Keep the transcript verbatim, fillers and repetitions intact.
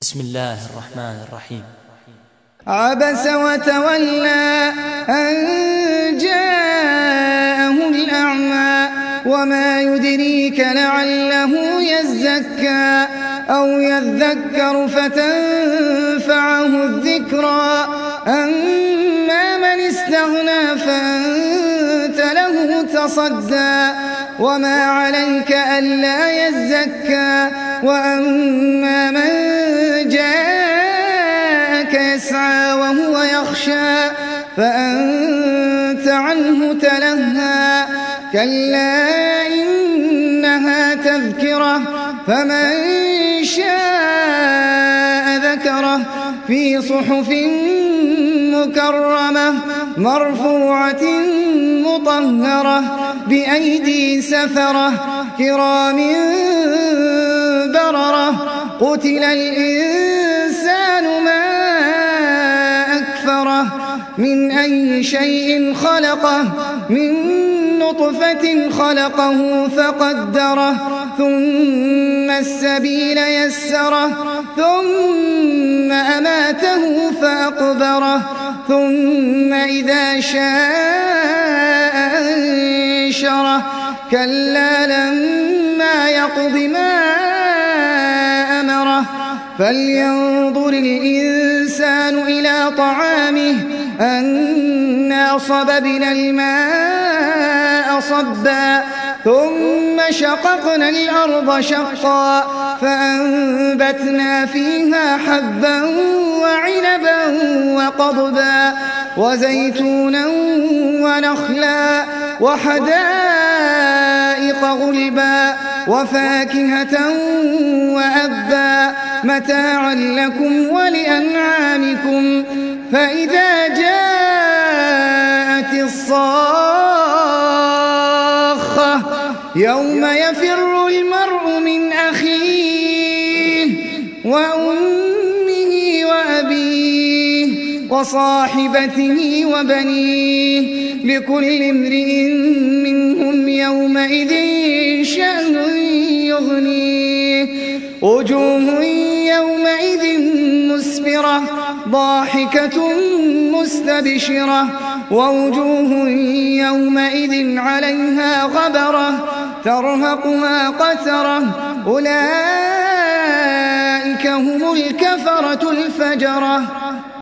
بسم الله الرحمن الرحيم. عبس وتولى أن جاءه الأعمى وما يدريك لعله يزكى أو يذكر فتنفعه الذكرى أما من استغنى فأنت له تصدى وما عليك ألا يزكى وأما من جاءك يسعى وهو يخشى فأنت عنه تلهى كلا إنها تذكرة فمن شاء ذكره في صحف مكرمة مرفوعة مطهرة بأيدي سفرة كرام بررة قتل الإنسان ما أكفره من أي شيء خلقه من نطفة خلقه فقدره ثم السبيل يسره ثم أماته فأقبره ثم إذا شاء أنشره كلا لما يقض ما أمره فلينظر الإنسان إلى طعامه أنا صببنا الماء صبا ثم شققنا الأرض شقا فأنبتنا فيها حبا وعنبا وقضبا وزيتونا ونخلا وحدائق غلبا وفاكهة وأبا متاعا لكم ولأنعامكم فإذا جاءت الصاخة يوم يفر المرء من أخيه وأمه وأبيه وصاحبته وبنيه لكل امرئ منهم يومئذ شأن يغنيه وجوه يومئذ مسفرة ضاحكة مستبشرة ووجوه يومئذ عليها غبرة ترهقها قترة أولئك هم الكفرة الفجرة.